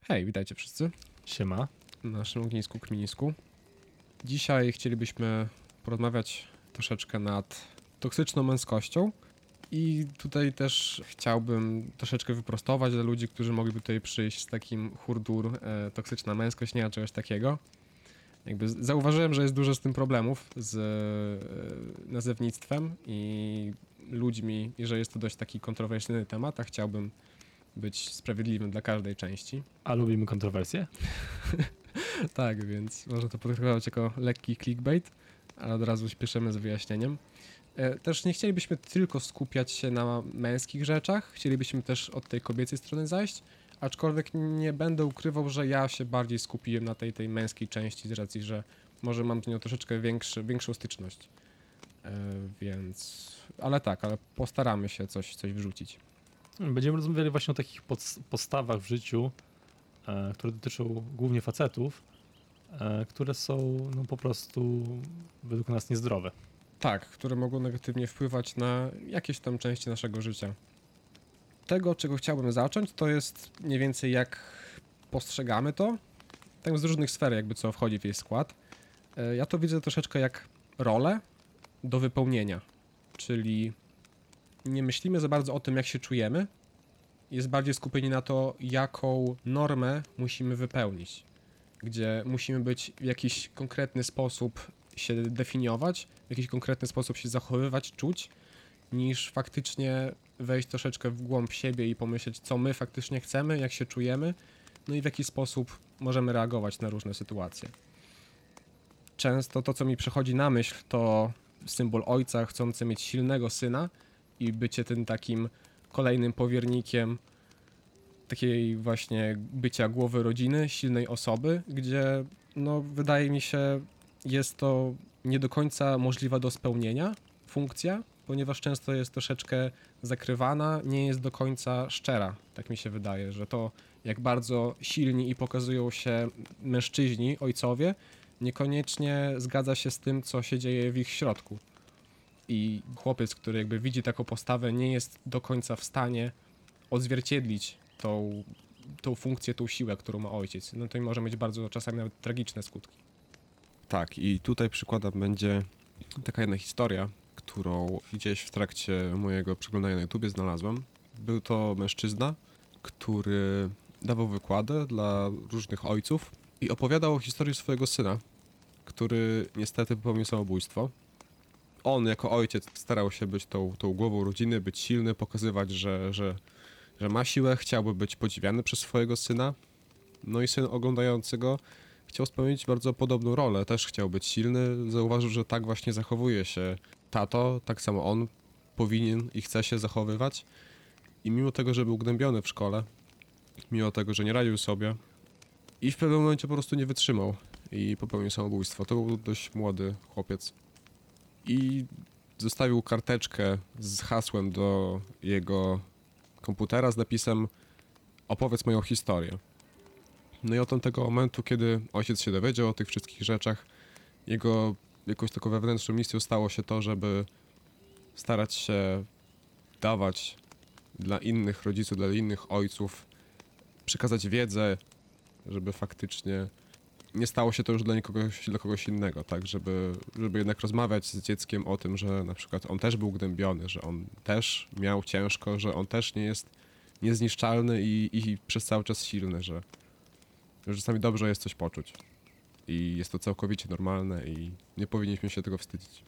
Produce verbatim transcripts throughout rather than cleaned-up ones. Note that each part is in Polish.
Hej, witajcie wszyscy Siema. na naszym ognisku Kminisku. Dzisiaj chcielibyśmy porozmawiać troszeczkę nad toksyczną męskością i tutaj też chciałbym troszeczkę wyprostować dla ludzi, którzy mogliby tutaj przyjść z takim hurdur, e, toksyczna męskość, nie ma czegoś takiego. Jakby zauważyłem, że jest dużo z tym problemów z e, nazewnictwem i ludźmi i że jest to dość taki kontrowersyjny temat, a chciałbym być sprawiedliwym dla każdej części. A lubimy kontrowersje? Tak, więc można to potraktować jako lekki clickbait, ale od razu śpieszymy z wyjaśnieniem. E, Też nie chcielibyśmy tylko skupiać się na męskich rzeczach, chcielibyśmy też od tej kobiecej strony zajść, aczkolwiek nie będę ukrywał, że ja się bardziej skupiłem na tej, tej męskiej części z racji, że może mam z nią troszeczkę większy, większą styczność. E, Więc... Ale tak, ale postaramy się coś, coś wrzucić. Będziemy rozmawiali właśnie o takich pod- postawach w życiu, e, które dotyczą głównie facetów, e, które są no, po prostu według nas niezdrowe. Tak, które mogą negatywnie wpływać na jakieś tam części naszego życia. Tego, czego chciałbym zacząć, to jest mniej więcej jak postrzegamy to, tak z różnych sfer jakby co wchodzi w jej skład. E, Ja to widzę troszeczkę jak rolę do wypełnienia, czyli nie myślimy za bardzo o tym, jak się czujemy, jest bardziej skupieni na to, jaką normę musimy wypełnić, gdzie musimy być w jakiś konkretny sposób się definiować, w jakiś konkretny sposób się zachowywać, czuć, niż faktycznie wejść troszeczkę w głąb siebie i pomyśleć, co my faktycznie chcemy, jak się czujemy, no i w jaki sposób możemy reagować na różne sytuacje. Często to, co mi przychodzi na myśl, to symbol ojca chcący mieć silnego syna i bycie tym takim kolejnym powiernikiem takiej właśnie bycia głowy rodziny, silnej osoby, gdzie no wydaje mi się jest to nie do końca możliwa do spełnienia funkcja, ponieważ często jest troszeczkę zakrywana, nie jest do końca szczera. Tak mi się wydaje, że to jak bardzo silni i pokazują się mężczyźni, ojcowie, niekoniecznie zgadza się z tym, co się dzieje w ich środku. I chłopiec, który jakby widzi taką postawę, nie jest do końca w stanie odzwierciedlić tą, tą funkcję, tą siłę, którą ma ojciec. No to może mieć bardzo czasami nawet tragiczne skutki. Tak, i tutaj przykładem będzie taka jedna historia, którą gdzieś w trakcie mojego przeglądania na YouTubie znalazłem. Był to mężczyzna, który dawał wykłady dla różnych ojców i opowiadał o historii swojego syna, który niestety popełnił samobójstwo. On jako ojciec starał się być tą, tą głową rodziny, być silny, pokazywać, że, że, że ma siłę, chciałby być podziwiany przez swojego syna. No i syn oglądający go chciał spełnić bardzo podobną rolę, też chciał być silny, zauważył, że tak właśnie zachowuje się tato, tak samo on powinien i chce się zachowywać. I mimo tego, że był gnębiony w szkole, mimo tego, że nie radził sobie i w pewnym momencie po prostu nie wytrzymał i popełnił samobójstwo. To był dość młody chłopiec. I zostawił karteczkę z hasłem do jego komputera z napisem opowiedz moją historię. No i od tamtego momentu, kiedy ojciec się dowiedział o tych wszystkich rzeczach, jego jakąś taką wewnętrzną misją stało się to, żeby starać się dawać dla innych rodziców, dla innych ojców, przekazać wiedzę, żeby faktycznie nie stało się to już dla nikogo, dla kogoś innego, tak, żeby, żeby jednak rozmawiać z dzieckiem o tym, że na przykład on też był gnębiony, że on też miał ciężko, że on też nie jest niezniszczalny i, i przez cały czas silny, że, że czasami dobrze jest coś poczuć i jest to całkowicie normalne i nie powinniśmy się tego wstydzić.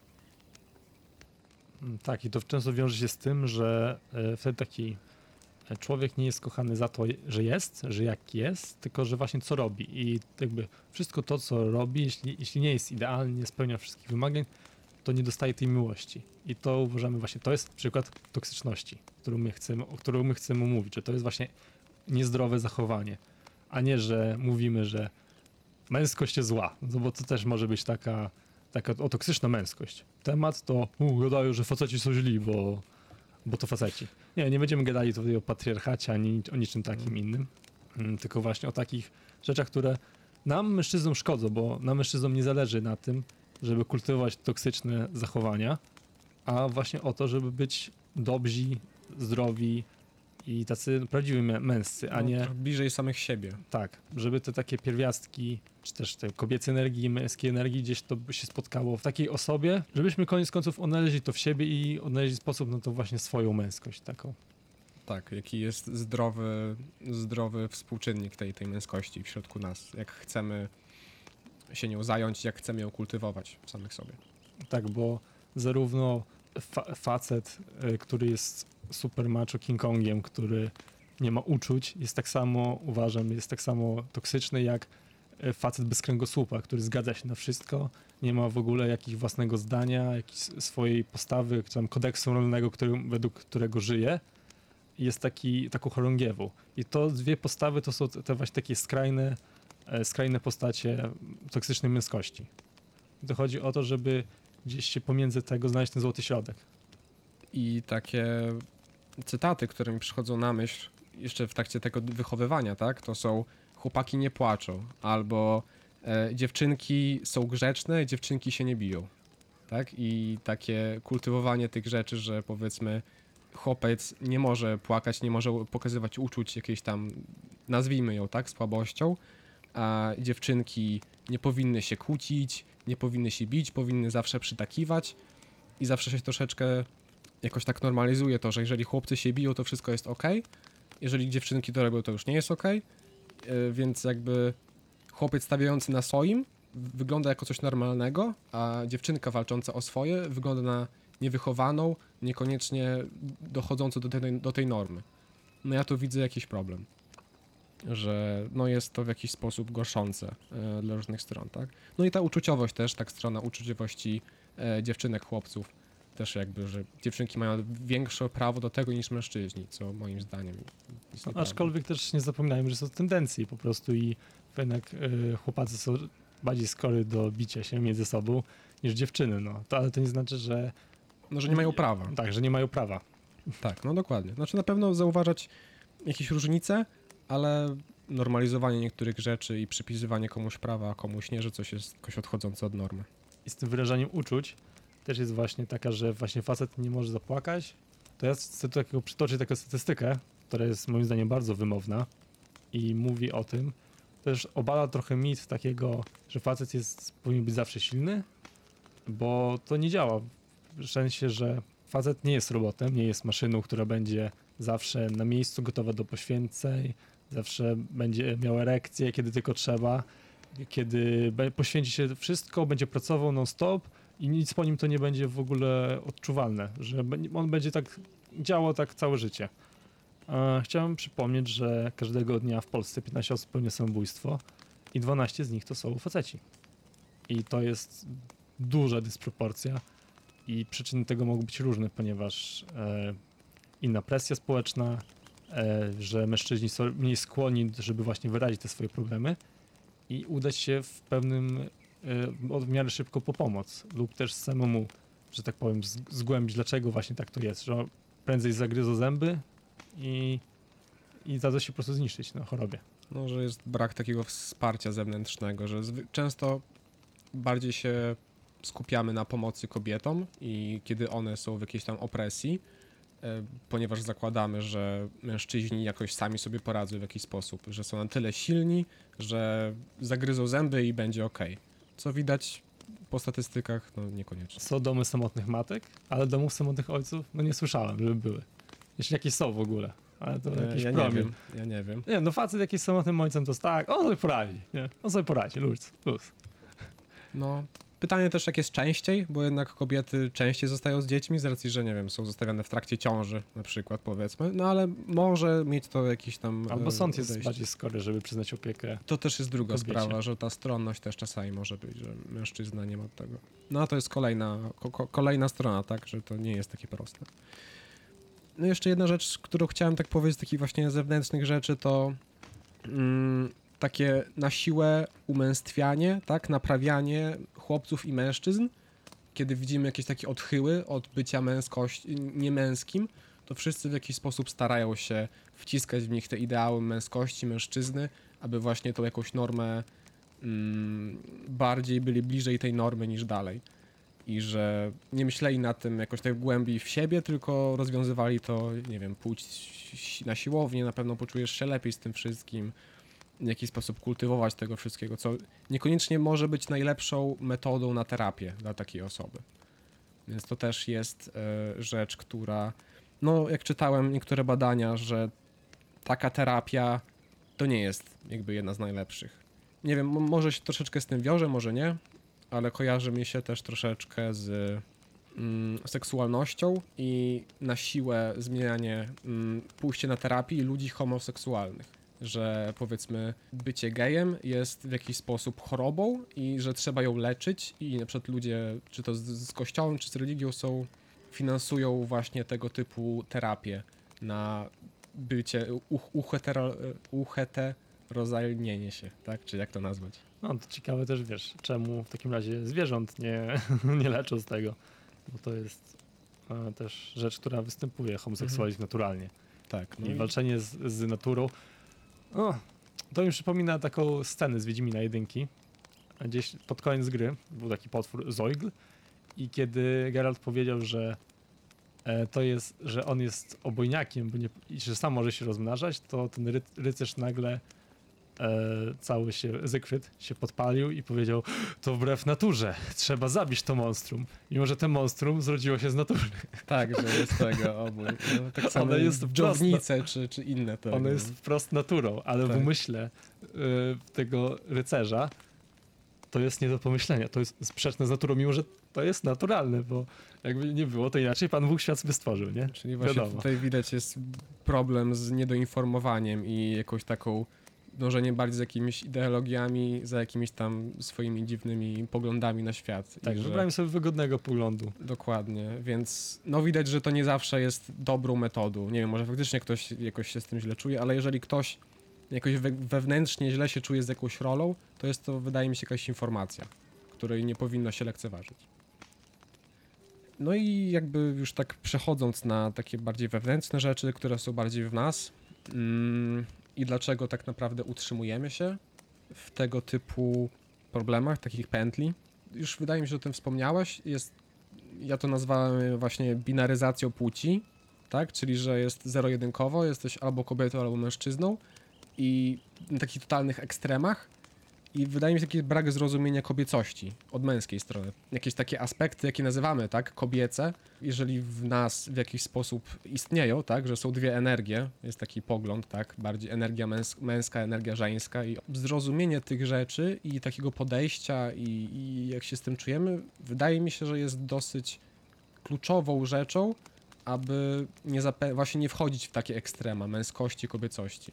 Tak, i to często wiąże się z tym, że e, wtedy taki człowiek nie jest kochany za to, że jest, że jak jest, tylko że właśnie co robi. I jakby wszystko to, co robi, jeśli, jeśli nie jest idealnie, nie spełnia wszystkich wymagań, to nie dostaje tej miłości. I to uważamy właśnie, to jest przykład toksyczności, którą my chcemy, o którą my chcemy mówić, że to jest właśnie niezdrowe zachowanie, a nie, że mówimy, że męskość jest zła, no bo to też może być taka, taka o toksyczna męskość. Temat to, u, gadają, że faceci są źli, bo, bo to faceci. Nie, nie będziemy gadali tutaj o patriarchacie, ani o niczym takim innym, tylko właśnie o takich rzeczach, które nam, mężczyznom, szkodzą, bo nam, mężczyznom, nie zależy na tym, żeby kultywować toksyczne zachowania, a właśnie o to, żeby być dobrzy, zdrowi i tacy prawdziwi mę- męscy, a No, nie trochę bliżej samych siebie. tak, żeby te takie pierwiastki, czy też te kobiece energii i męskiej energii gdzieś to by się spotkało w takiej osobie, żebyśmy koniec końców odnaleźli to w siebie i odnaleźli sposób na to właśnie swoją męskość taką. Tak, jaki jest zdrowy, zdrowy współczynnik tej, tej męskości w środku nas. Jak chcemy się nią zająć, jak chcemy ją kultywować w samych sobie. Tak, bo zarówno fa- facet, y, który jest super macho King Kongiem, który nie ma uczuć, jest tak samo, uważam, jest tak samo toksyczny jak y, facet bez kręgosłupa, który zgadza się na wszystko, nie ma w ogóle jakiegoś własnego zdania, jakiejś swojej postawy, czy tam kodeksu rolnego, który, według którego żyje. Jest taki, taką chorągiewą. I to dwie postawy to są te właśnie takie skrajne, e, skrajne postacie toksycznej męskości. I to chodzi o to, żeby gdzieś się pomiędzy tego znaleźć ten złoty środek. I takie cytaty, które mi przychodzą na myśl jeszcze w trakcie tego wychowywania, tak, to są chłopaki nie płaczą, albo e, dziewczynki są grzeczne, dziewczynki się nie biją, tak, i takie kultywowanie tych rzeczy, że powiedzmy chłopiec nie może płakać, nie może pokazywać uczuć jakiejś tam, nazwijmy ją, tak, słabością, a dziewczynki nie powinny się kłócić, nie powinny się bić, powinny zawsze przytakiwać i zawsze się troszeczkę jakoś tak normalizuje to, że jeżeli chłopcy się biją, to wszystko jest ok, jeżeli dziewczynki to robią, to już nie jest ok, więc jakby chłopiec stawiający na swoim wygląda jako coś normalnego, a dziewczynka walcząca o swoje wygląda na niewychowaną, niekoniecznie dochodzącą do tej, do tej normy. No ja tu widzę jakiś problem, że no jest to w jakiś sposób gorszące e, dla różnych stron, tak? No i ta uczuciowość też, tak strona uczuciowości e, dziewczynek, chłopców, też jakby, że dziewczynki mają większe prawo do tego niż mężczyźni, co moim zdaniem jest No, nieprawdą. aczkolwiek też nie zapominajmy, że są tendencje po prostu i jednak y, chłopacy są bardziej skory do bicia się między sobą niż dziewczyny, no. To, ale to nie znaczy, że No, że nie mają prawa. tak, że nie mają prawa. Tak, no dokładnie. Znaczy na pewno zauważać jakieś różnice, ale normalizowanie niektórych rzeczy i przypisywanie komuś prawa, a komuś nie, że coś jest jakoś odchodzące od normy. I z tym wyrażaniem uczuć też jest właśnie taka, że właśnie facet nie może zapłakać. To ja chcę tu takiego przytoczyć taką statystykę, która jest moim zdaniem bardzo wymowna i mówi o tym, też obala trochę mit takiego, że facet jest, powinien być zawsze silny, bo to nie działa. W sensie, że facet nie jest robotem, nie jest maszyną, która będzie zawsze na miejscu, gotowa do poświęceń, zawsze będzie miał erekcję, kiedy tylko trzeba, kiedy be- poświęci się wszystko, będzie pracował non-stop i nic po nim to nie będzie w ogóle odczuwalne, że be- on będzie tak działał tak całe życie. E, Chciałem przypomnieć, że każdego dnia w Polsce piętnaście osób popełnia samobójstwo i dwanaście z nich to są faceci. I to jest duża dysproporcja i przyczyny tego mogą być różne, ponieważ e, inna presja społeczna, e, że mężczyźni są mniej skłonni, żeby właśnie wyrazić te swoje problemy i udać się w pewnym e, w miarę szybko po pomoc lub też samemu, że tak powiem, z- zgłębić, dlaczego właśnie tak to jest, że prędzej zagryzą zęby i, i dadzą się po prostu zniszczyć na chorobie. No, że jest brak takiego wsparcia zewnętrznego, że zwy- często bardziej się skupiamy na pomocy kobietom i kiedy one są w jakiejś tam opresji, e, ponieważ zakładamy, że mężczyźni jakoś sami sobie poradzą w jakiś sposób, że są na tyle silni, że zagryzą zęby i będzie ok. Co widać po statystykach, no niekoniecznie. Są domy samotnych matek, ale domów samotnych ojców, no nie słyszałem, żeby były. Jeśli jakieś są w ogóle, ale to E, jakiś ja nie promil. wiem, ja nie wiem. Nie, no facet jakiś samotnym ojcem to jest tak, on sobie poradzi, nie? On sobie poradzi, luz, luz. No, pytanie też jak jest częściej, bo jednak kobiety częściej zostają z dziećmi z racji, że nie wiem, są zostawiane w trakcie ciąży na przykład powiedzmy, no ale może mieć to jakiś tam Albo e, sąd jest odejście. bardziej skory, żeby przyznać opiekę. To też jest druga kobiecie. sprawa, że ta stronność też czasami może być, że mężczyzna nie ma tego. No a to jest kolejna, ko ko kolejna strona, tak, że to nie jest takie proste. No jeszcze jedna rzecz, którą chciałem tak powiedzieć z takich właśnie zewnętrznych rzeczy, to mm, takie na siłę umęstwianie, tak, naprawianie chłopców i mężczyzn, kiedy widzimy jakieś takie odchyły od bycia męskości, niemęskim, to wszyscy w jakiś sposób starają się wciskać w nich te ideały męskości, mężczyzny, aby właśnie tą jakąś normę mm, bardziej byli bliżej tej normy niż dalej. i że nie myśleli na tym jakoś tak głębiej w siebie, tylko rozwiązywali to, nie wiem, pójść na siłownię, na pewno poczujesz się lepiej z tym wszystkim, w jaki sposób kultywować tego wszystkiego, co niekoniecznie może być najlepszą metodą na terapię dla takiej osoby. Więc to też jest e, rzecz, która, no jak czytałem niektóre badania, że taka terapia to nie jest jakby jedna z najlepszych. Nie wiem, może się troszeczkę z tym wiąże, może nie, ale kojarzy mi się też troszeczkę z mm, seksualnością i na siłę zmienianie, mm, pójście na terapię ludzi homoseksualnych. Że powiedzmy bycie gejem jest w jakiś sposób chorobą i że trzeba ją leczyć i na przykład ludzie, czy to z, z kościołem, czy z religią są, finansują właśnie tego typu terapię na bycie, uhetero, uheterozalnienie się, tak? Czy jak to nazwać? No to ciekawe też, wiesz, czemu w takim razie zwierząt nie, nie leczą z tego, bo to jest e, też rzecz, która występuje, homoseksualizm Mhm. naturalnie. Tak. No I i walczenie z, z naturą. O, to mi przypomina taką scenę z Wiedźmina jedynki. Gdzieś pod koniec gry był taki potwór Zoigl i kiedy Geralt powiedział, że e, to jest, że on jest obojniakiem, bo nie, i że sam może się rozmnażać, to ten ry, rycerz nagle e, cały się, Zygfryd się podpalił i powiedział, to wbrew naturze, trzeba zabić to monstrum. Mimo, że to monstrum zrodziło się z natury. tak, że jest tego obój. No, tak samo One jest dżownice czy, czy inne tego. Ono jest wprost naturą, ale Tak. w umyśle y, tego rycerza to jest nie do pomyślenia, to jest sprzeczne z naturą, mimo że to jest naturalne, bo jakby nie było, to inaczej Pan Bóg świat sobie stworzył, nie? Czyli właśnie Wiadomo. tutaj widać jest problem z niedoinformowaniem i jakąś taką dążeniem bardziej z jakimiś ideologiami, za jakimiś tam swoimi dziwnymi poglądami na świat. Tak, I że... wybrałem sobie wygodnego poglądu. Dokładnie, więc no widać, że to nie zawsze jest dobrą metodą. Nie wiem, może faktycznie ktoś jakoś się z tym źle czuje, ale jeżeli ktoś jakoś we wewnętrznie źle się czuje z jakąś rolą, to jest to, wydaje mi się, jakaś informacja, której nie powinno się lekceważyć. No i jakby już tak przechodząc na takie bardziej wewnętrzne rzeczy, które są bardziej w nas mm, i dlaczego tak naprawdę utrzymujemy się w tego typu problemach, takich pętli. Już wydaje mi się, że o tym wspomniałeś, jest, ja to nazwałem właśnie binaryzacją płci, tak, czyli że jest zero-jedynkowo, jesteś albo kobietą, albo mężczyzną i na takich totalnych ekstremach i wydaje mi się taki brak zrozumienia kobiecości od męskiej strony. Jakieś takie aspekty, jakie nazywamy, tak, kobiece, jeżeli w nas w jakiś sposób istnieją, tak, że są dwie energie, jest taki pogląd, tak, bardziej energia męs męska, energia żeńska i zrozumienie tych rzeczy i takiego podejścia i, i jak się z tym czujemy, wydaje mi się, że jest dosyć kluczową rzeczą, aby nie właśnie nie wchodzić w takie ekstrema męskości, kobiecości.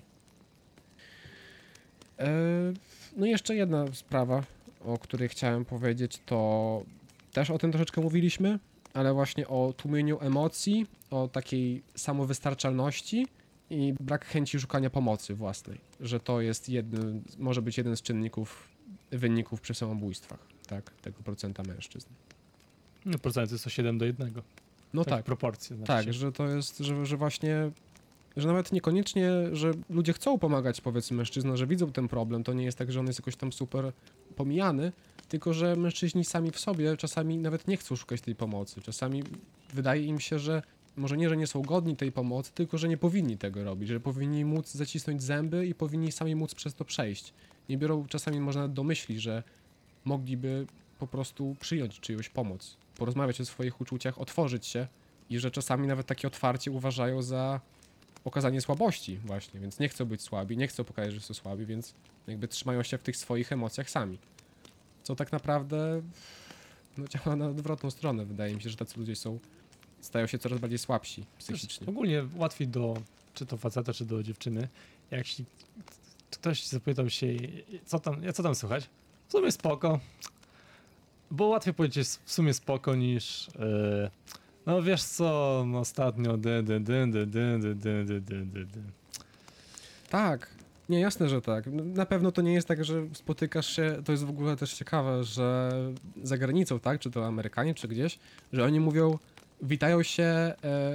Eee, no i jeszcze jedna sprawa, o której chciałem powiedzieć, to też o tym troszeczkę mówiliśmy, ale właśnie o tłumieniu emocji, o takiej samowystarczalności i brak chęci szukania pomocy własnej, że to jest jeden, może być jeden z czynników, wyników przy samobójstwach, tak, tego procenta mężczyzn. No procent jest to siedem do jednego. No tak. tak, Proporcje. Znaczy tak, się. że to jest, że, że właśnie, że nawet niekoniecznie, że ludzie chcą pomagać, powiedzmy, mężczyznom, że widzą ten problem, to nie jest tak, że on jest jakoś tam super pomijany, tylko że mężczyźni sami w sobie czasami nawet nie chcą szukać tej pomocy. Czasami wydaje im się, że może nie, że nie są godni tej pomocy, tylko że nie powinni tego robić, że powinni móc zacisnąć zęby i powinni sami móc przez to przejść. Nie biorą czasami może nawet do myśli, że mogliby po prostu przyjąć czyjąś pomoc, porozmawiać o swoich uczuciach, otworzyć się i że czasami nawet takie otwarcie uważają za okazanie słabości właśnie, więc nie chcą być słabi, nie chcą pokazać, że są słabi, więc jakby trzymają się w tych swoich emocjach sami. Co tak naprawdę no, działa na odwrotną stronę. Wydaje mi się, że tacy ludzie są, stają się coraz bardziej słabsi psychicznie. Ogólnie łatwiej do, czy to faceta, czy do dziewczyny, jak się, ktoś zapytał się, co tam, co tam słychać? W sumie spoko. Bo łatwiej powiedzieć w sumie spoko niż yy, no wiesz co, no ostatnio dy, dy, dy, dy, dy, dy, dy, dy, dy, dy, dy. Tak, nie, jasne, że tak. Na pewno to nie jest tak, że spotykasz się, to jest w ogóle też ciekawe, że za granicą, tak, czy to Amerykanie, czy gdzieś, że oni mówią, witają się e,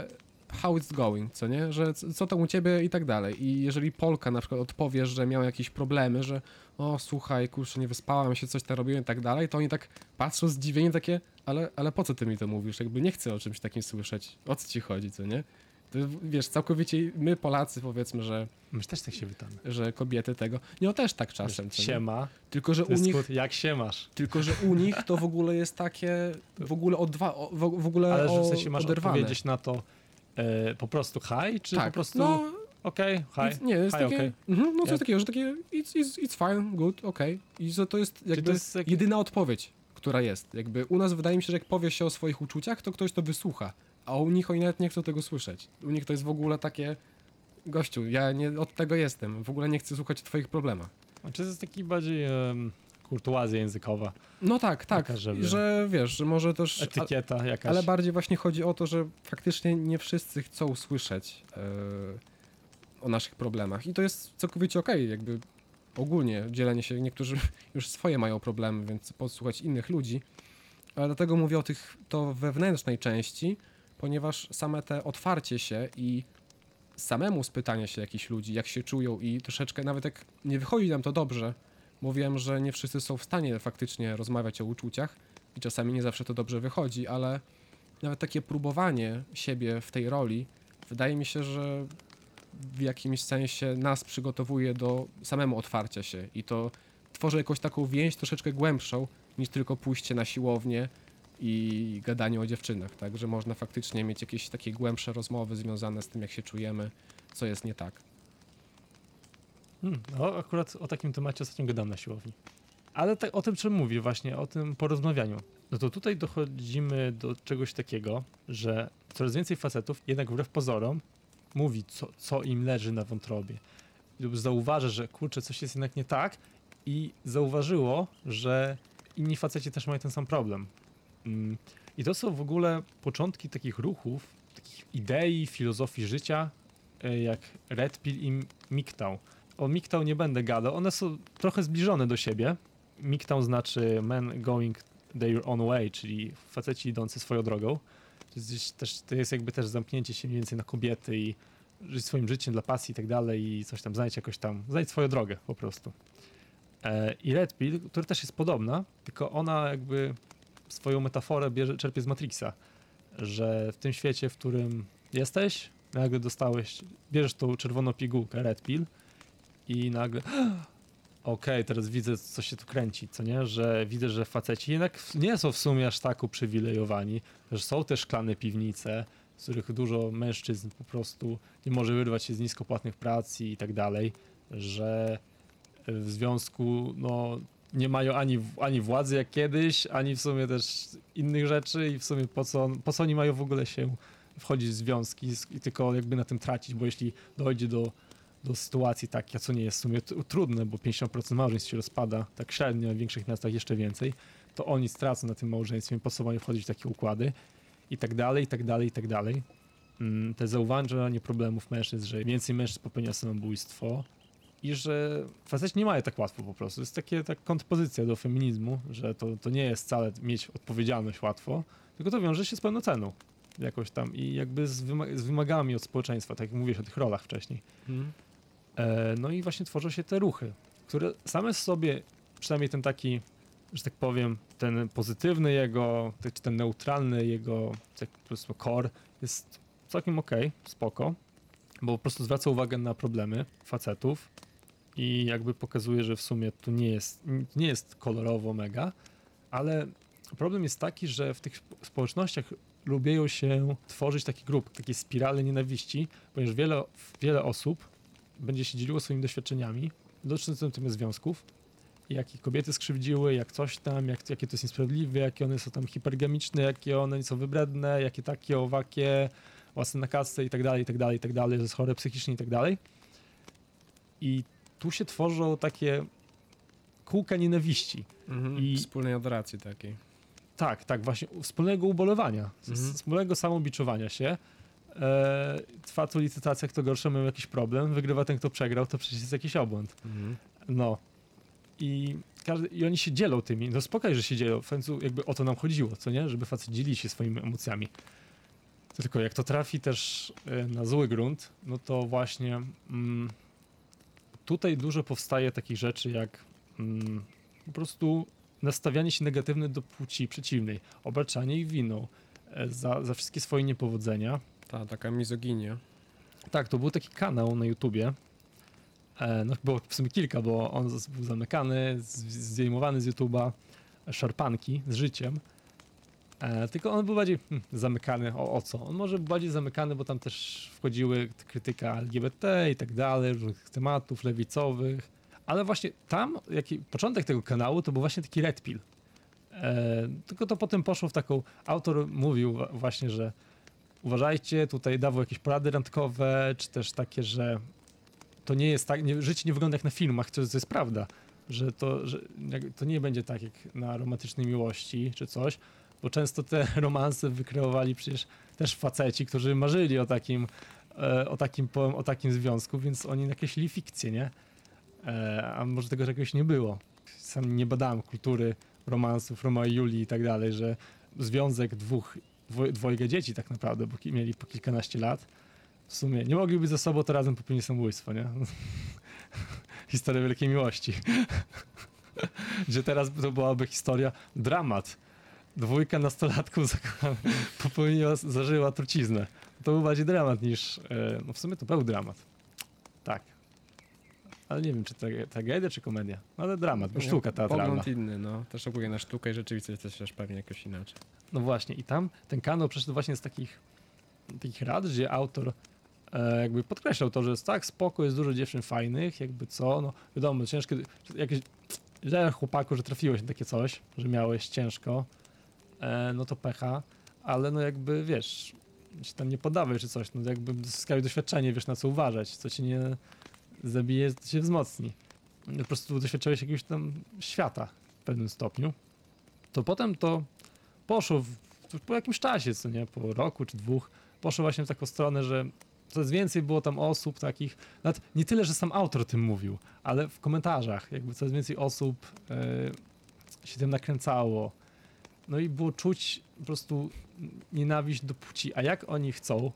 how it's going, co nie? Że c- co tam u ciebie i tak dalej. I jeżeli Polka na przykład odpowie, że miała jakieś problemy, że o słuchaj, kurczę, nie wyspałam się, coś tam robiłem i tak dalej, to oni tak patrzą zdziwieni takie, ale, ale po co ty mi to mówisz? Jakby nie chcę o czymś takim słyszeć. O co ci chodzi, co nie? To, wiesz, całkowicie my Polacy powiedzmy, że, My też tak się witamy. że kobiety tego, no też tak czasem, co nie? Siema. Tylko, że To u jest nich, skrót, jak się masz? tylko, że u nich to w ogóle jest takie, w ogóle odwa, o- w, w ogóle Ale że o, w sensie masz oderwane. odpowiedzieć na to e, po prostu hi, czy tak, po prostu no, okej, okay, Nic- hi? nie, jest hi, takie, okej. mhm, no coś Ja- takiego, że takie it's, it's, it's fine, good, okej. I że to jest jakby to jest jak- jedyna odpowiedź, która jest. Jakby u nas wydaje mi się, że jak powie się o swoich uczuciach, to ktoś to wysłucha, a u nich oni nawet nie chcą tego słyszeć. U nich to jest w ogóle takie, gościu, ja nie od tego jestem, w ogóle nie chcę słuchać o twoich problemach. Czy to jest taki bardziej um, kurtuazja językowa, No tak, tak, Taka, żeby- że wiesz, że może też... etykieta jakaś. Ale bardziej właśnie chodzi o to, że faktycznie nie wszyscy chcą słyszeć e, o naszych problemach. I to jest całkowicie okej, jakby ogólnie dzielenie się, niektórzy już swoje mają problemy, więc posłuchać innych ludzi. Ale dlatego mówię o tych, to wewnętrznej części, ponieważ same te otwarcie się i samemu spytanie się jakichś ludzi, jak się czują i troszeczkę, nawet jak nie wychodzi nam to dobrze, bo wiem, że nie wszyscy są w stanie faktycznie rozmawiać o uczuciach i czasami nie zawsze to dobrze wychodzi, ale nawet takie próbowanie siebie w tej roli wydaje mi się, że w jakimś sensie nas przygotowuje do samemu otwarcia się i to tworzy jakąś taką więź troszeczkę głębszą niż tylko pójście na siłownię i gadanie o dziewczynach, tak, że można faktycznie mieć jakieś takie głębsze rozmowy związane z tym, jak się czujemy, co jest nie tak. Hmm, no, akurat o takim temacie ostatnio gadam na siłowni. Ale tak, o tym, czym mówię właśnie, o tym porozmawianiu. No to tutaj dochodzimy do czegoś takiego, że coraz więcej facetów jednak wbrew pozorom mówi, co, co im leży na wątrobie. Lub zauważy, że kurczę, coś jest jednak nie tak i zauważyło, że inni faceci też mają ten sam problem. Mm, I to są w ogóle początki takich ruchów, takich idei, filozofii życia, e, jak Red Pill i MGTOW. O MGTOW nie będę gadał, one są trochę zbliżone do siebie. MGTOW znaczy men going their own way, czyli faceci idący swoją drogą. To jest, gdzieś też, to jest jakby też zamknięcie się mniej więcej na kobiety i żyć swoim życiem dla pasji i tak dalej i coś tam, znajdź jakoś tam, znajdź swoją drogę po prostu. E, I Red Pill, która też jest podobna, tylko ona jakby swoją metaforę bierze, czerpie z Matrixa, że w tym świecie, w którym jesteś, nagle dostałeś, bierzesz tą czerwoną pigułkę Red Pill i nagle okej, teraz widzę, co się tu kręci, co nie? Że widzę, że faceci jednak nie są w sumie aż tak uprzywilejowani, że są te szklane piwnice, z których dużo mężczyzn po prostu nie może wyrwać się z niskopłatnych prac i tak dalej, że w związku no, nie mają ani, ani władzy jak kiedyś, ani w sumie też innych rzeczy i w sumie po co, po co oni mają w ogóle się wchodzić w związki i tylko jakby na tym tracić, bo jeśli dojdzie do do sytuacji takiej, co nie jest w sumie t- trudne, bo pięćdziesiąt procent małżeństw się rozpada, tak średnio, w większych miastach jeszcze więcej, to oni stracą na tym małżeństwie, po co mają wchodzić w takie układy i tak dalej, i tak dalej, i tak dalej. Mm, te zauważanie problemów mężczyzn, że więcej mężczyzn popełnia samobójstwo i że faceci nie mają tak łatwo po prostu. To jest takie, tak kontrpozycja do feminizmu, że to, to nie jest wcale mieć odpowiedzialność łatwo, tylko to wiąże się z pewną ceną jakoś tam i jakby z, wyma- z wymagami od społeczeństwa, tak jak mówiłeś o tych rolach wcześniej. Mhm. E, No i właśnie tworzą się te ruchy, które same z sobie, przynajmniej ten taki, że tak powiem, ten pozytywny jego, te- czy ten neutralny jego, tak powiedzmy, core jest całkiem okej, spoko, bo po prostu zwraca uwagę na problemy facetów i jakby pokazuje, że w sumie tu nie jest, nie jest kolorowo mega, ale problem jest taki, że w tych społecznościach lubią się tworzyć takie grupy, takie spirale nienawiści, ponieważ wiele, wiele osób będzie się dzieliło swoimi doświadczeniami dotyczącymi tym związków, jakie kobiety skrzywdziły, jak coś tam, jak, jakie to jest niesprawiedliwe, jakie one są tam hipergamiczne, jakie one są wybredne, jakie takie, owakie, łasy na kasę i tak dalej, i tak dalej, i tak dalej, że jest chore psychicznie i tak dalej. I tu się tworzą takie kółka nienawiści. Mhm. I- Wspólnej adoracji takiej. Tak, tak, właśnie wspólnego ubolewania, s- Mhm. wspólnego samobiczowania się. E, trwa tu licytacja, kto gorszy miał jakiś problem, wygrywa ten, kto przegrał, to przecież jest jakiś obłęd. Mhm. No. I, każdy, I oni się dzielą tymi, no spokojnie, że się dzielą, w końcu jakby o to nam chodziło, co nie? Żeby facet dzielić się swoimi emocjami. Tylko jak to trafi też y, na zły grunt, no to właśnie mm, tutaj dużo powstaje takich rzeczy jak mm, po prostu nastawianie się negatywne do płci przeciwnej, obarczanie ich winą e, za, za wszystkie swoje niepowodzenia. Ta, taka mizoginia. Tak, to był taki kanał na YouTubie. E, no było w sumie kilka, bo on z- był zamykany, z- zdejmowany z YouTuba, szarpanki z życiem. E, tylko on był bardziej hmm, zamykany. O, o co? On może był bardziej zamykany, bo tam też wchodziły krytyka L G B T i tak dalej, różnych tematów lewicowych. Ale właśnie tam, jaki, początek tego kanału to był właśnie taki red pill. E, tylko to potem poszło w taką... Autor mówił wa- właśnie, że uważajcie, tutaj dawał jakieś porady randkowe, czy też takie, że to nie jest tak, nie, życie nie wygląda jak na filmach, to, to jest prawda, że to, że jak- to nie będzie tak jak na romantycznej miłości czy coś, bo często te romanse wykreowali przecież też faceci, którzy marzyli o takim, e, o takim, po- o takim związku, więc oni nakreślili fikcję, nie? E, a może tego czegoś nie było. Sam nie badałem kultury romansów, Romeo i Julii i tak dalej, że związek dwóch, dwoj, dwojga dzieci tak naprawdę, bo ki- mieli po kilkanaście lat, w sumie nie mogli być ze sobą, to razem popełnili samobójstwo, nie? Historia wielkiej miłości. Gdzie teraz to byłaby historia, dramat. Dwójka nastolatków zakochanych popełniła, zażyła truciznę. To był bardziej dramat niż, e, no w sumie to był dramat. Tak. Ale nie wiem, czy trage- tragedia, czy komedia. No ale dramat, bo sztuka teatralna. Pogląd inny, no. Też ogólnie na sztukę i rzeczywistość jest też pewnie jakoś inaczej. No właśnie, i tam ten kanał przeszedł właśnie z takich, takich rad, gdzie autor e, jakby podkreślał to, że jest tak spoko, jest dużo dziewczyn fajnych, jakby co, no wiadomo, ciężkie, jakieś źle chłopaku, że trafiłeś na takie coś, że miałeś ciężko, e, no to pecha, ale no jakby wiesz, się tam nie podawaj czy coś, no jakby zyskałeś doświadczenie, wiesz na co uważać, co cię nie zabije, to cię wzmocni. No, po prostu doświadczałeś jakiegoś tam świata w pewnym stopniu. To potem to poszło w, w, po jakimś czasie, co nie, po roku czy dwóch, poszło właśnie w taką stronę, że coraz więcej było tam osób takich, nawet nie tyle, że sam autor o tym mówił, ale w komentarzach jakby coraz więcej osób e, się tym nakręcało. No i było czuć po prostu nienawiść do płci. A jak oni chcą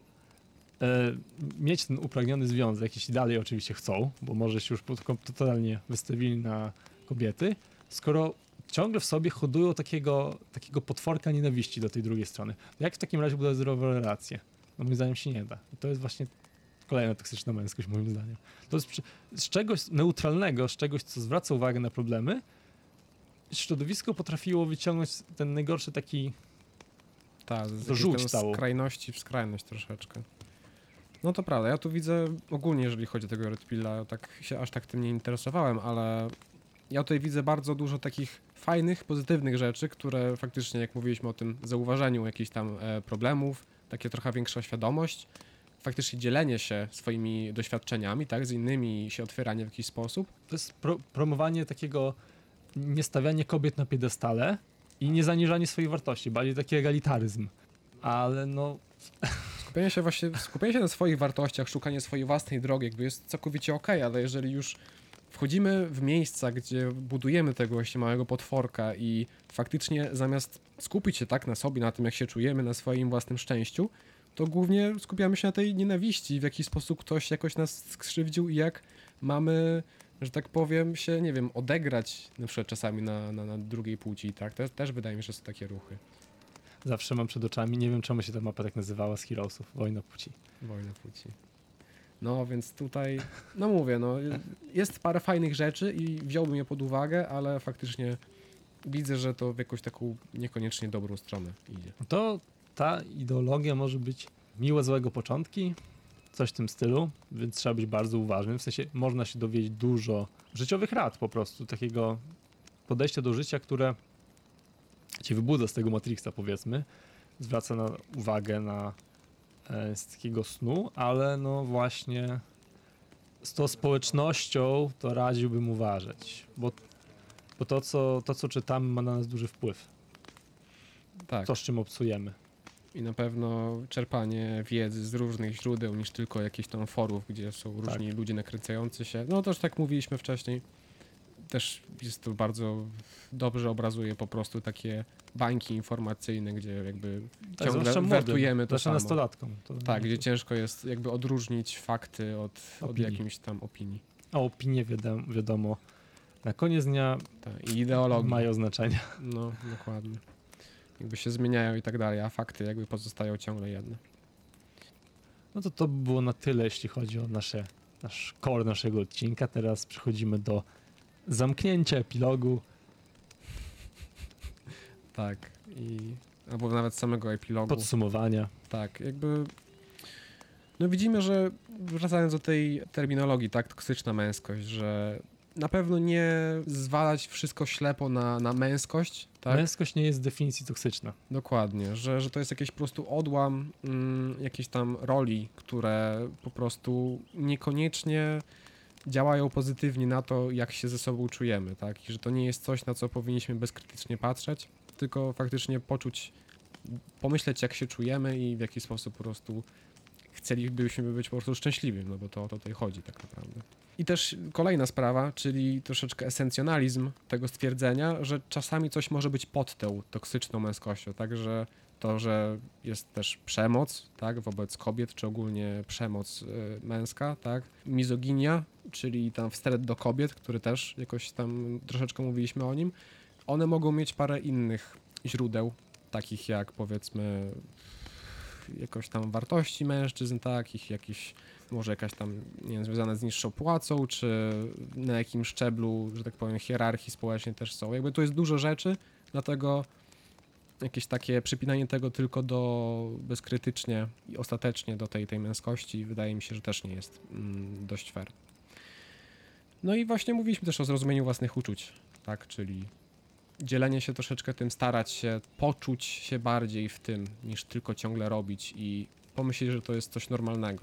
e, mieć ten upragniony związek, jeśli dalej oczywiście chcą, bo może się już po- totalnie wystawili na kobiety, skoro ciągle w sobie hodują takiego, takiego potworka nienawiści do tej drugiej strony. Jak w takim razie budować zdrową relację? No moim zdaniem się nie da. I to jest właśnie kolejna toksyczna męskość moim zdaniem. To jest przy- z czegoś neutralnego, z czegoś, co zwraca uwagę na problemy, środowisko potrafiło wyciągnąć ten najgorszy taki... Tak, z To jakiejś rzuć tam stało. skrajności w skrajność troszeczkę. No to prawda, ja tu widzę ogólnie, jeżeli chodzi o tego Red Pilla, tak się aż tak tym nie interesowałem, ale ja tutaj widzę bardzo dużo takich fajnych, pozytywnych rzeczy, które faktycznie, jak mówiliśmy o tym zauważaniu jakichś tam e, problemów, takie trochę większa świadomość, faktycznie dzielenie się swoimi doświadczeniami, tak, z innymi i się otwieranie w jakiś sposób. To jest pro, promowanie takiego niestawianie kobiet na piedestale i nie zaniżanie swoich wartości, bardziej taki egalitaryzm. Ale no, Skupienie się właśnie, skupienie się na swoich wartościach, szukanie swojej własnej drogi, jakby jest całkowicie okej, ale jeżeli już wchodzimy w miejsca, gdzie budujemy tego właśnie małego potworka i faktycznie zamiast skupić się tak na sobie, na tym jak się czujemy, na swoim własnym szczęściu, to głównie skupiamy się na tej nienawiści, w jaki sposób ktoś jakoś nas skrzywdził i jak mamy, że tak powiem, się, nie wiem, odegrać na przykład czasami na, na, na drugiej płci, tak? Też, też wydaje mi się, że są takie ruchy. zawsze mam przed oczami, nie wiem czemu się ta mapa tak nazywała z Heroesów, Wojna Płci. Wojna płci. No, więc tutaj, no mówię, no, jest parę fajnych rzeczy i wziąłbym je pod uwagę, ale faktycznie widzę, że to w jakąś taką niekoniecznie dobrą stronę idzie. To ta ideologia może być miłe złego początki, coś w tym stylu, więc trzeba być bardzo uważnym. W sensie można się dowiedzieć dużo życiowych rad po prostu, takiego podejścia do życia, które cię wybudza z tego Matrixa, powiedzmy, zwraca na uwagę na e, z takiego snu, ale no właśnie z tą społecznością to radziłbym uważać, bo, bo to, co, to, co czytamy, ma na nas duży wpływ. Tak. To, z czym obcujemy. I na pewno czerpanie wiedzy z różnych źródeł niż tylko jakichś tam forów, gdzie są różni ludzie nakręcający się. No to już tak mówiliśmy wcześniej. też jest to bardzo dobrze obrazuje po prostu takie bańki informacyjne, gdzie jakby Tak, ciągle zwłaszcza młodym, wertujemy to zwłaszcza samo. nastolatkom. To Tak, nie- gdzie ciężko jest jakby odróżnić fakty od, od Opinii. jakimś tam opinii. A opinie wiadomo, wiadomo, na koniec dnia Tak, i ideologii. mają znaczenie. No, dokładnie. Jakby się zmieniają i tak dalej, a fakty jakby pozostają ciągle jedne. No to to by było na tyle, jeśli chodzi o nasze, nasz core naszego odcinka. Teraz przechodzimy do zamknięcia epilogu. Tak, i albo nawet samego epilogu. Podsumowania. Tak, jakby no widzimy, że wracając do tej terminologii, tak, toksyczna męskość, że na pewno nie zwalać wszystko ślepo na, na męskość, tak? Męskość nie jest z definicji toksyczna. Dokładnie, że, że to jest jakiś po prostu odłam mm, jakiejś tam roli, które po prostu niekoniecznie działają pozytywnie na to, jak się ze sobą czujemy, tak? I że to nie jest coś, na co powinniśmy bezkrytycznie patrzeć, tylko faktycznie poczuć, pomyśleć, jak się czujemy i w jaki sposób po prostu chcielibyśmy być po prostu szczęśliwym, no bo to o to tutaj chodzi tak naprawdę. I też kolejna sprawa, czyli troszeczkę esencjonalizm tego stwierdzenia, że czasami coś może być pod tą toksyczną męskością, także to, że jest też przemoc, tak, wobec kobiet, czy ogólnie przemoc y, męska, tak, mizoginia, czyli tam wstęp do kobiet, który też jakoś tam troszeczkę mówiliśmy o nim, one mogą mieć parę innych źródeł, takich jak powiedzmy jakoś tam wartości mężczyzn, takich jakiś może jakaś tam, nie wiem, związane z niższą płacą, czy na jakim szczeblu, że tak powiem, hierarchii społecznej też są. Jakby tu jest dużo rzeczy, dlatego jakieś takie przypinanie tego tylko do bezkrytycznie i ostatecznie do tej, tej męskości wydaje mi się, że też nie jest mm, dość fair. No i właśnie mówiliśmy też o zrozumieniu własnych uczuć, tak, czyli dzielenie się troszeczkę tym, starać się poczuć się bardziej w tym, niż tylko ciągle robić i pomyśleć, że to jest coś normalnego.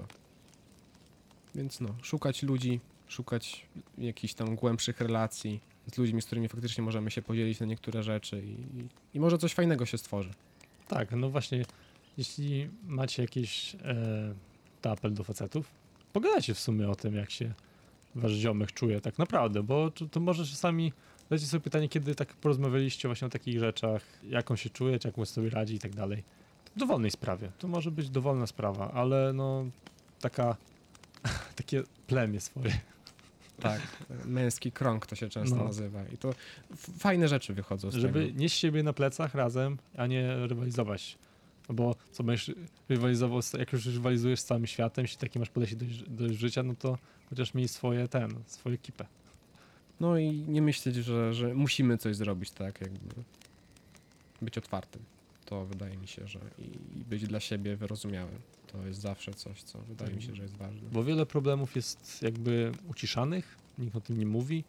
Więc no, szukać ludzi, szukać jakichś tam głębszych relacji z ludźmi, z którymi faktycznie możemy się podzielić na niektóre rzeczy i, i, i może coś fajnego się stworzy. Tak, no właśnie, jeśli macie jakiś e, to apel do facetów, pogadajcie w sumie o tym, jak się wasz ziomek czuje tak naprawdę, bo to, to może czasami zadajcie sobie pytanie, kiedy tak porozmawialiście właśnie o takich rzeczach, jak on się czuje, czy jak on sobie radzi i tak dalej. W dowolnej sprawie, to może być dowolna sprawa, ale no taka, takie plemię swoje. Tak, męski krąg to się często No. nazywa i to f- fajne rzeczy wychodzą z Żeby tego. nieść siebie na plecach razem, a nie rywalizować. No bo co będziesz rywalizował, z- jak już rywalizujesz z całym światem, jeśli takie masz podejście do, do życia, no to chociaż miej swoje ten, swoją ekipę. No i nie myśleć, że, że musimy coś zrobić, tak, jakby być otwartym. To wydaje mi się, że i, i być dla siebie wyrozumiałym. To jest zawsze coś, co wydaje mi się, że jest ważne. Bo wiele problemów jest jakby uciszanych, nikt o tym nie mówi.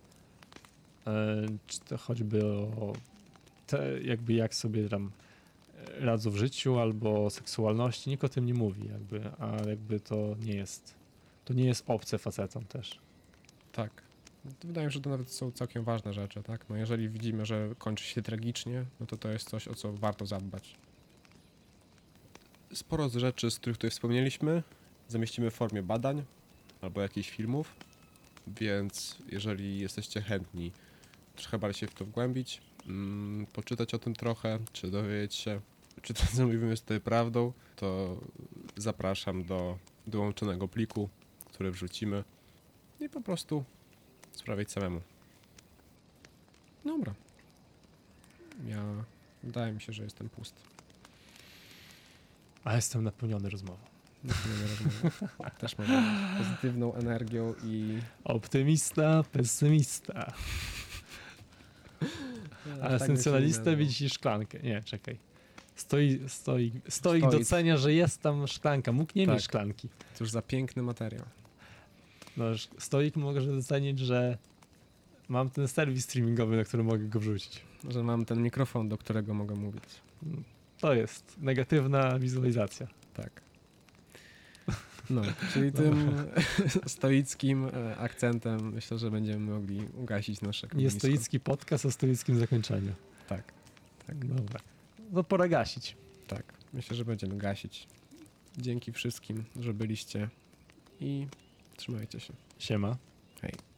E, czy to choćby o te, jakby jak sobie tam radzą w życiu albo o seksualności, nikt o tym nie mówi jakby, a jakby to nie jest, to nie jest obce facetom też. Tak. To wydaje mi się, że to nawet są całkiem ważne rzeczy, tak? No jeżeli widzimy, że kończy się tragicznie, no to to jest coś, o co warto zadbać. Sporo z rzeczy, z których tutaj wspomnieliśmy, zamieścimy w formie badań albo jakichś filmów, więc jeżeli jesteście chętni trochę bardziej się w to wgłębić, mm, poczytać o tym trochę, czy dowiedzieć się, czy to, co mówimy, jest tutaj prawdą, to zapraszam do dołączonego pliku, który wrzucimy i po prostu sprawiać samemu. Dobra. Ja... Wydaje mi się, że jestem pusty. A jestem napełniony rozmową. Napełniony rozmową. Też mam pozytywną energią i... Optymista, pesymista. A esencjonalista widzi szklankę. Nie, czekaj. Stoi, stoi, stoik Stoik. docenia, że jest tam szklanka. Mógł nie Tak. mieć szklanki. Cóż za piękny materiał. No, sz- stoik może docenić, że mam ten serwis streamingowy, na który mogę go wrzucić. Że mam ten mikrofon, do którego mogę mówić. To jest negatywna wizualizacja. Tak. No, czyli tym stoickim e, akcentem myślę, że będziemy mogli ugasić nasze Nie ognisko. stoicki podcast o stoickim zakończeniu. Tak, tak, Dobra. No pora gasić. tak. Myślę, że będziemy gasić. Dzięki wszystkim, że byliście i trzymajcie się. Siema. Hej.